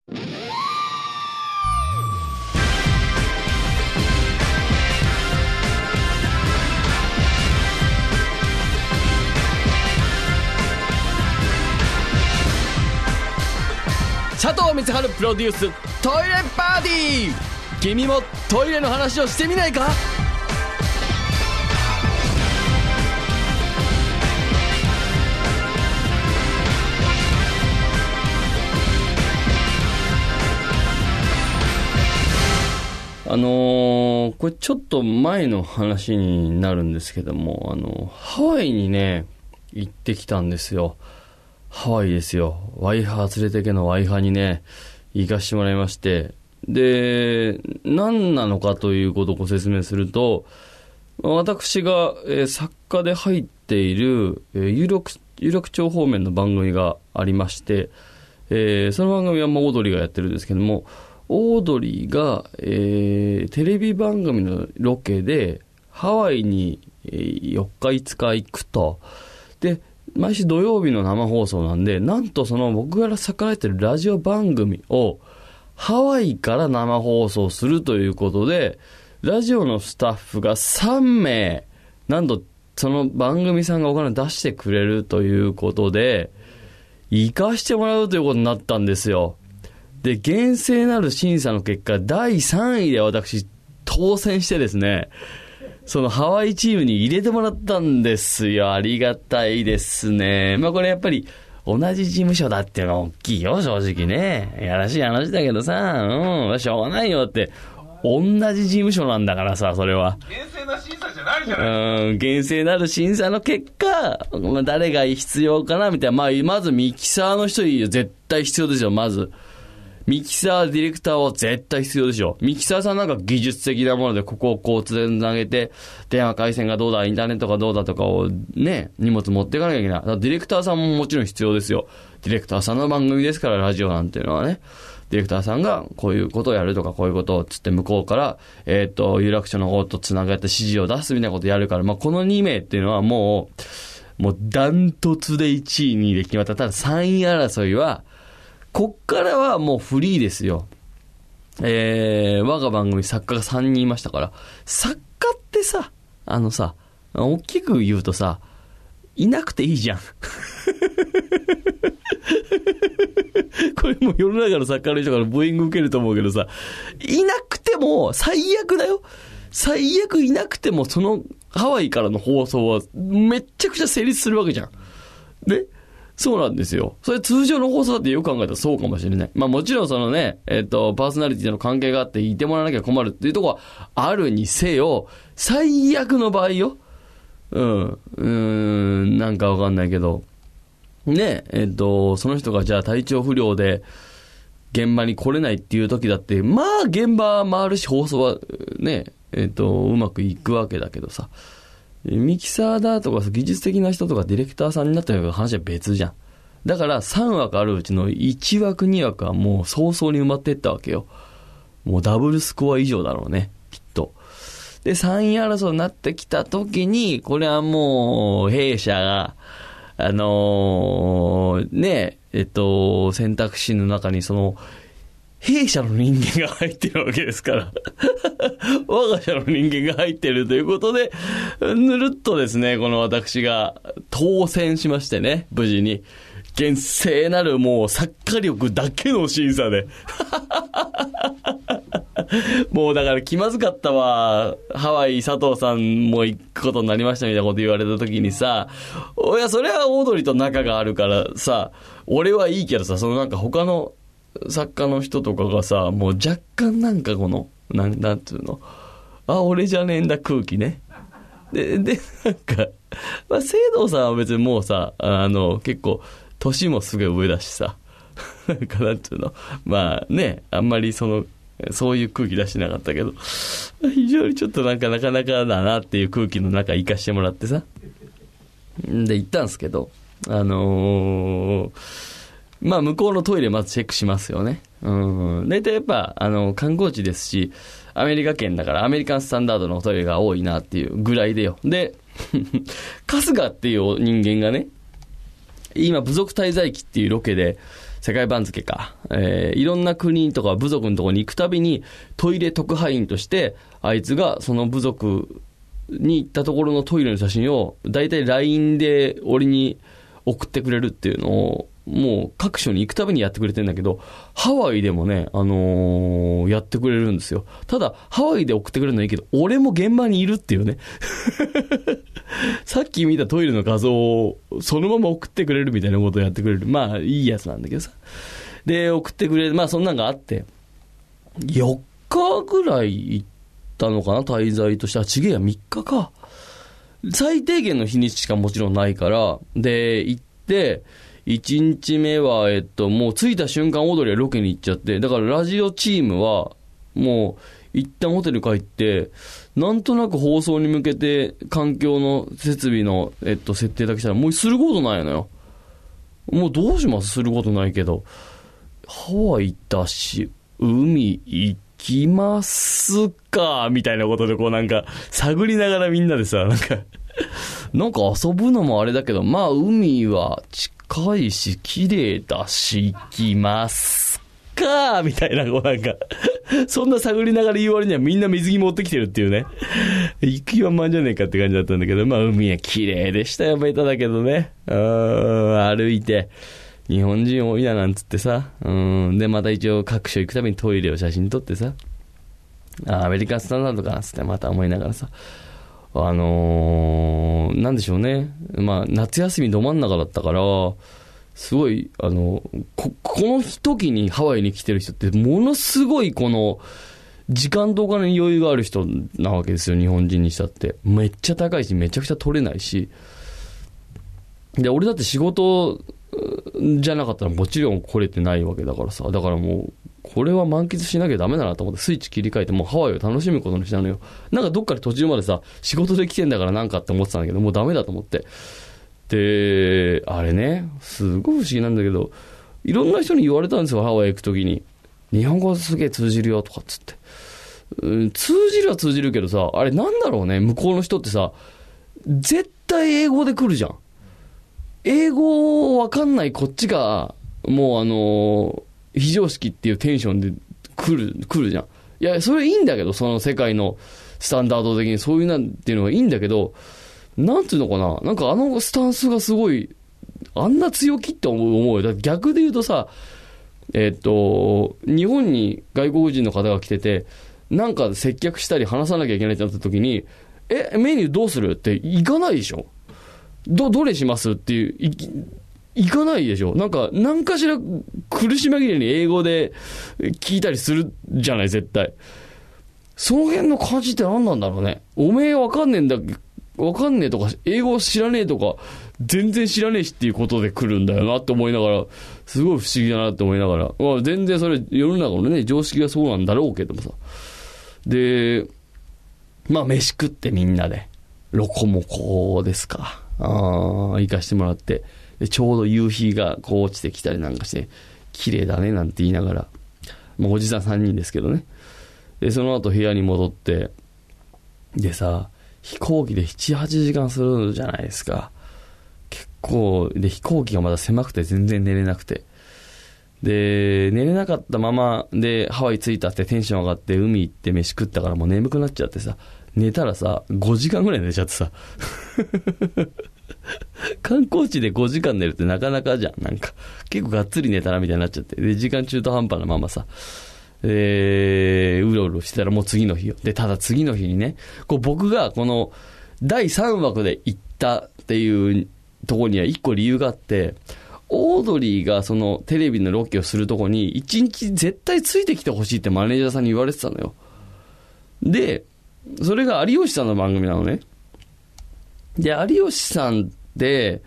佐藤光晴プロデューストイレパーティー。君もトイレの話をしてみないか？これちょっと前の話になるんですけども、ハワイにね行ってきたんですよ。ハワイですよ。ワイハー連れてけのワイハーにね行かしてもらいまして、で何なのかということをご説明すると、私が、作家で入っている、有楽町方面の番組がありまして、その番組はオードリーがやってるんですけども、オードリーが、テレビ番組のロケでハワイに、4日5日行くと。で毎週土曜日の生放送なんで、なんとその僕が逆らえてるラジオ番組をハワイから生放送するということで、ラジオのスタッフが3名なんとその番組さんがお金出してくれるということで行かしてもらうということになったんですよ。で厳正なる審査の結果第3位で私当選してですね、そのハワイチームに入れてもらったんですよ。ありがたいですね。これやっぱり同じ事務所だっていうのは大きいよ、正直ね。やらしい話だけどさ、しょうがないよって。同じ事務所なんだからさ、それは。 厳正な審査じゃないじゃない。 厳正なる審査の結果、誰が必要かなみたいな。まずミキサーの人絶対必要ですよ、まず。ミキサーディレクターは絶対必要でしょ。ミキサーさんなんか技術的なものでここをこうつなげて、電話回線がどうだ、インターネットがどうだとかをね、荷物持っていかなきゃいけない。だからディレクターさんももちろん必要ですよ。ディレクターさんの番組ですから、ラジオなんていうのはね。ディレクターさんがこういうことをやるとかこういうことをつって向こうから、有楽町の方とつながって指示を出すみたいなことをやるから、この2名っていうのはもうダントツで1位2位で決まった。ただ3位争いは、こっからはもうフリーですよ。我が番組作家が3人いましたから、作家ってさ、大きく言うとさ、いなくていいじゃん。これもう世の中の作家の人からブーイング受けると思うけどさ、いなくても最悪だよ。最悪いなくてもそのハワイからの放送はめっちゃくちゃ成立するわけじゃん。ね。そうなんですよ。それ通常の放送だってよく考えたらそうかもしれない。もちろんそのね、パーソナリティの関係があっていてもらわなきゃ困るっていうところはあるにせよ、最悪の場合よ。なんかわかんないけど。ね、その人がじゃあ体調不良で現場に来れないっていう時だって、現場回るし放送はね、うまくいくわけだけどさ。ミキサーだとか技術的な人とかディレクターさんになったような話は別じゃん。だから3枠あるうちの1枠2枠はもう早々に埋まっていったわけよ。もうダブルスコア以上だろうね、きっと。で3位争いになってきた時に、これはもう弊社が選択肢の中にその弊社の人間が入ってるわけですから我が社の人間が入ってるということで、ぬるっとですね、この私が当選しましてね、無事に厳正なるもう作家力だけの審査でもうだから気まずかったわ。ハワイ佐藤さんも行くことになりましたみたいなこと言われた時にさ、いやそれはオードリーと仲があるからさ、俺はいいけどさ、そのなんか他の作家の人とかがさ、もう若干なんかこのなんていうの、俺じゃねえんだ空気ね。でなんか聖堂さんは別にもうさ、結構年もすぐ上だしさ、なんかなんていうの、あんまりそういう空気出してなかったけど、非常にちょっとなかなかだなっていう空気の中行かしてもらってさ、で行ったんですけど、向こうのトイレまずチェックしますよね。大体やっぱ観光地ですし、アメリカ圏だからアメリカンスタンダードのトイレが多いなっていうぐらいでよ。で春日っていう人間がね、今部族滞在記っていうロケで世界番付か、いろんな国とか部族のところに行くたびにトイレ特派員としてあいつがその部族に行ったところのトイレの写真をだいたい LINE で俺に送ってくれるっていうのをもう各所に行くたびにやってくれてるんだけど、ハワイでもね、やってくれるんですよ。ただハワイで送ってくれるのはいいけど、俺も現場にいるっていうねさっき見たトイレの画像をそのまま送ってくれるみたいなことをやってくれる。まあいいやつなんだけどさ。で送ってくれる、まあそんなんがあって4日ぐらい行ったのかな、滞在として。ちげえや、3日か。最低限の日にちしかもちろんないから、で行って1日目はもう着いた瞬間オードリーはロケに行っちゃって、だからラジオチームはもう一旦ホテル帰って、なんとなく放送に向けて環境の設備の設定だけしたらもうすることないのよ。もうどうします？することないけど、ハワイだし海行きますかみたいなことでこうなんか探りながらみんなでさ、なんか遊ぶのもあれだけど、まあ海は近いし綺麗だし行きますかみたいな、こうなんかそんな探りながら言う割にはみんな水着持ってきてるっていうね、行く気は満じゃねえかって感じだったんだけど、まあ海は綺麗でしたよ。ベタだけどね、歩いて日本人多いななんつってさ、でまた一応各所行くたびにトイレを写真撮ってさ、アメリカンスタンダードかなつってまた思いながらさ、なんでしょうね、まあ夏休みど真ん中だったから、すごいこの時にハワイに来てる人ってものすごいこの時間とお金に余裕がある人なわけですよ。日本人にしたってめっちゃ高いしめちゃくちゃ取れないし、で俺だって仕事じゃなかったらもちろん来れてないわけだからさ、だからもうこれは満喫しなきゃダメだなと思ってスイッチ切り替えてもうハワイを楽しむことにしたのよ。なんかどっかで途中までさ仕事で来てんだからなんかって思ってたんだけど、もうダメだと思って、であれね、すごい不思議なんだけど、いろんな人に言われたんですよ。ハワイ行くときに日本語すげえ通じるよとかっつって、通じるは通じるけどさ、あれなんだろうね、向こうの人ってさ絶対英語で来るじゃん。英語わかんないこっちがもう非常識っていうテンションで来るじゃん。いやそれいいんだけど、その世界のスタンダード的にそういうなんていうのがいいんだけど、なんていうのかな、なんかスタンスがすごいあんな強気って思うよ。だって逆で言うとさ、日本に外国人の方が来ててなんか接客したり話さなきゃいけないってなった時にメニューどうするって行かないでしょ。どれしますっていう行かないでしょ。なんかしら苦し紛れに英語で聞いたりするじゃない絶対。その辺の感じって何なんだろうね。おめえわかんねえんだわかんねえとか英語知らねえとか全然知らねえしっていうことで来るんだよなって思いながら、すごい不思議だなって思いながら、まあ、全然それ世の中のね常識がそうなんだろうけどもさ、でまあ飯食ってみんなでロコモコですか、行かしてもらって、でちょうど夕日がこう落ちてきたりなんかして綺麗だねなんて言いながら、もうおじさん3人ですけどね。でその後部屋に戻って、でさ飛行機で 7,8 時間するじゃないですか。結構で飛行機がまだ狭くて全然寝れなくて、で寝れなかったままでハワイ着いたってテンション上がって海行って飯食ったからもう眠くなっちゃってさ、寝たらさ5時間ぐらい寝ちゃってさ観光地で5時間寝るってなかなかじゃん。なんか結構がっつり寝たらみたいになっちゃって、で時間中途半端なままさ、うろうろしてたらもう次の日よ。でただ次の日にね、こう僕がこの第3枠で行ったっていうところには1個理由があって、オードリーがそのテレビのロケをするとこに1日絶対ついてきてほしいってマネージャーさんに言われてたのよ。でそれが有吉さんの番組なのね。で有吉さんって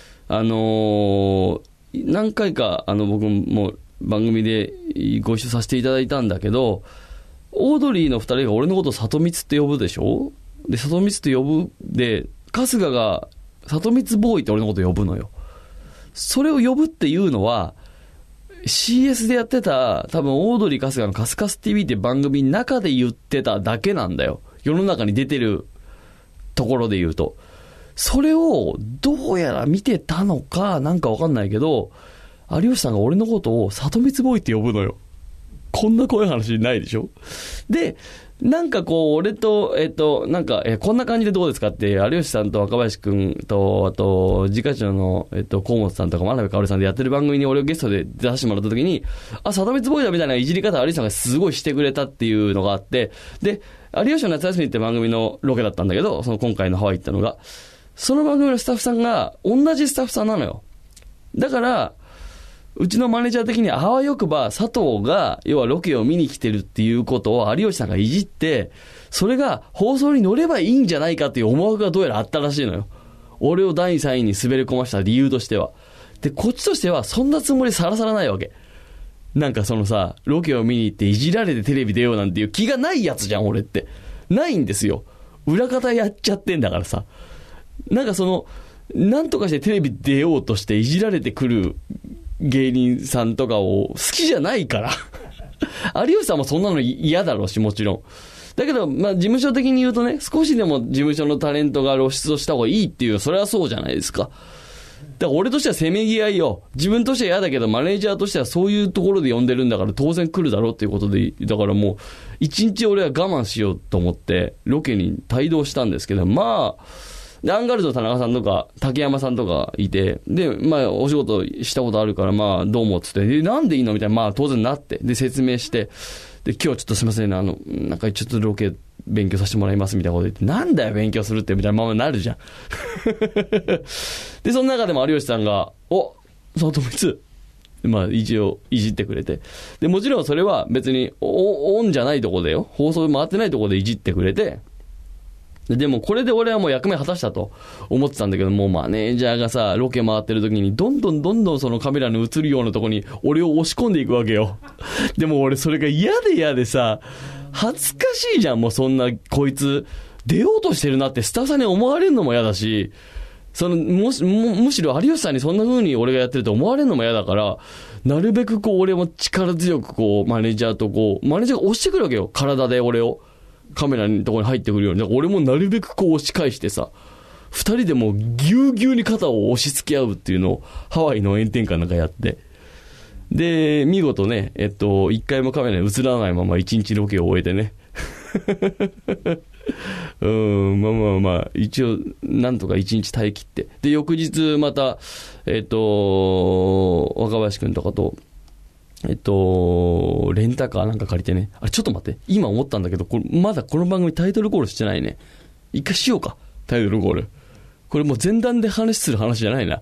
何回か僕も番組でご一緒させていただいたんだけど、オードリーの2人が俺のことを里光って呼ぶでしょ。で里光って呼ぶで春日が里光ボーイって俺のこと呼ぶのよ。それを呼ぶっていうのは CS でやってた多分オードリー春日のカスカス TV って番組の中で言ってただけなんだよ。世の中に出てるところで言うと、それをどうやら見てたのかなんかわかんないけど、 有吉さんが俺のことを里光ボーイって呼ぶのよ。こんな怖い話ないでしょ。で、なんかこう、俺と、なんか、こんな感じでどうですかって、有吉さんと若林くんと、あと、自家長の、河本さんとか真鍋かおりさんでやってる番組に俺をゲストで出させてもらった時に、あ、里光ボーイだみたいないじり方有吉さんがすごいしてくれたっていうのがあって、で、有吉の夏休みって番組のロケだったんだけど、その今回のハワイ行ったのが、その番組のスタッフさんが、同じスタッフさんなのよ。だから、うちのマネージャー的にあわよくば佐藤が要はロケを見に来てるっていうことを有吉さんがいじって、それが放送に乗ればいいんじゃないかっていう思惑がどうやらあったらしいのよ。俺を第3位に滑り込ました理由としては。で、こっちとしてはそんなつもりさらさらないわけ。なんかそのさ、ロケを見に行っていじられてテレビ出ようなんていう気がないやつじゃん、俺って。ないんですよ。裏方やっちゃってんだからさ。なんかその、なんとかしてテレビ出ようとしていじられてくる芸人さんとかを好きじゃないから有吉さんもそんなの嫌だろうし、もちろんだけど、まあ事務所的に言うとね、少しでも事務所のタレントが露出した方がいいっていう、それはそうじゃないですか。だから俺としてはせめぎ合いよ。自分としては嫌だけど、マネージャーとしてはそういうところで呼んでるんだから当然来るだろうっていうことで、だからもう一日俺は我慢しようと思ってロケに帯同したんですけど、まあでアンガールズの田中さんとか竹山さんとかいて、でまあお仕事したことあるからまあどうもっつって、なんでいいのみたいな、まあ当然なって、で説明して、で今日ちょっとすいませんね、なんかちょっとロケ勉強させてもらいますみたいなこと言って、なんだよ勉強するってみたいなままになるじゃんでその中でも有吉さんが里光まあ一応いじってくれて、でもちろんそれは別にオンじゃないとこでよ、放送回ってないとこでいじってくれて、でもこれで俺はもう役目果たしたと思ってたんだけど、もうマネージャーがさロケ回ってる時にどんどんそのカメラに映るようなとこに俺を押し込んでいくわけよでも俺それが嫌でさ、恥ずかしいじゃん。もうそんなこいつ出ようとしてるなってスタッフさんに思われるのも嫌だし、むしろ有吉さんにそんな風に俺がやってると思われるのも嫌だから、なるべくこう俺も力強くこうマネージャーとこうマネージャーが押してくるわけよ、体で俺をカメラのところに入ってくるように。だから俺もなるべくこう押し返してさ、二人でもうぎゅうぎゅうに肩を押し付け合うっていうのをハワイの炎天下なんかやって、で見事ね一回もカメラに映らないまま一日ロケを終えてねまあ一応なんとか一日耐え切って、で翌日また若林くんとかとレンタカーなんか借りてね、あれちょっと待って、今思ったんだけど、これまだこの番組タイトルコールしてないね。一回しようか、タイトルコール。これもう前段で話する話じゃないな。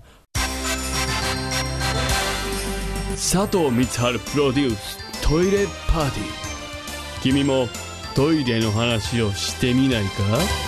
佐藤光晴プロデューストイレパーティー。君もトイレの話をしてみないか？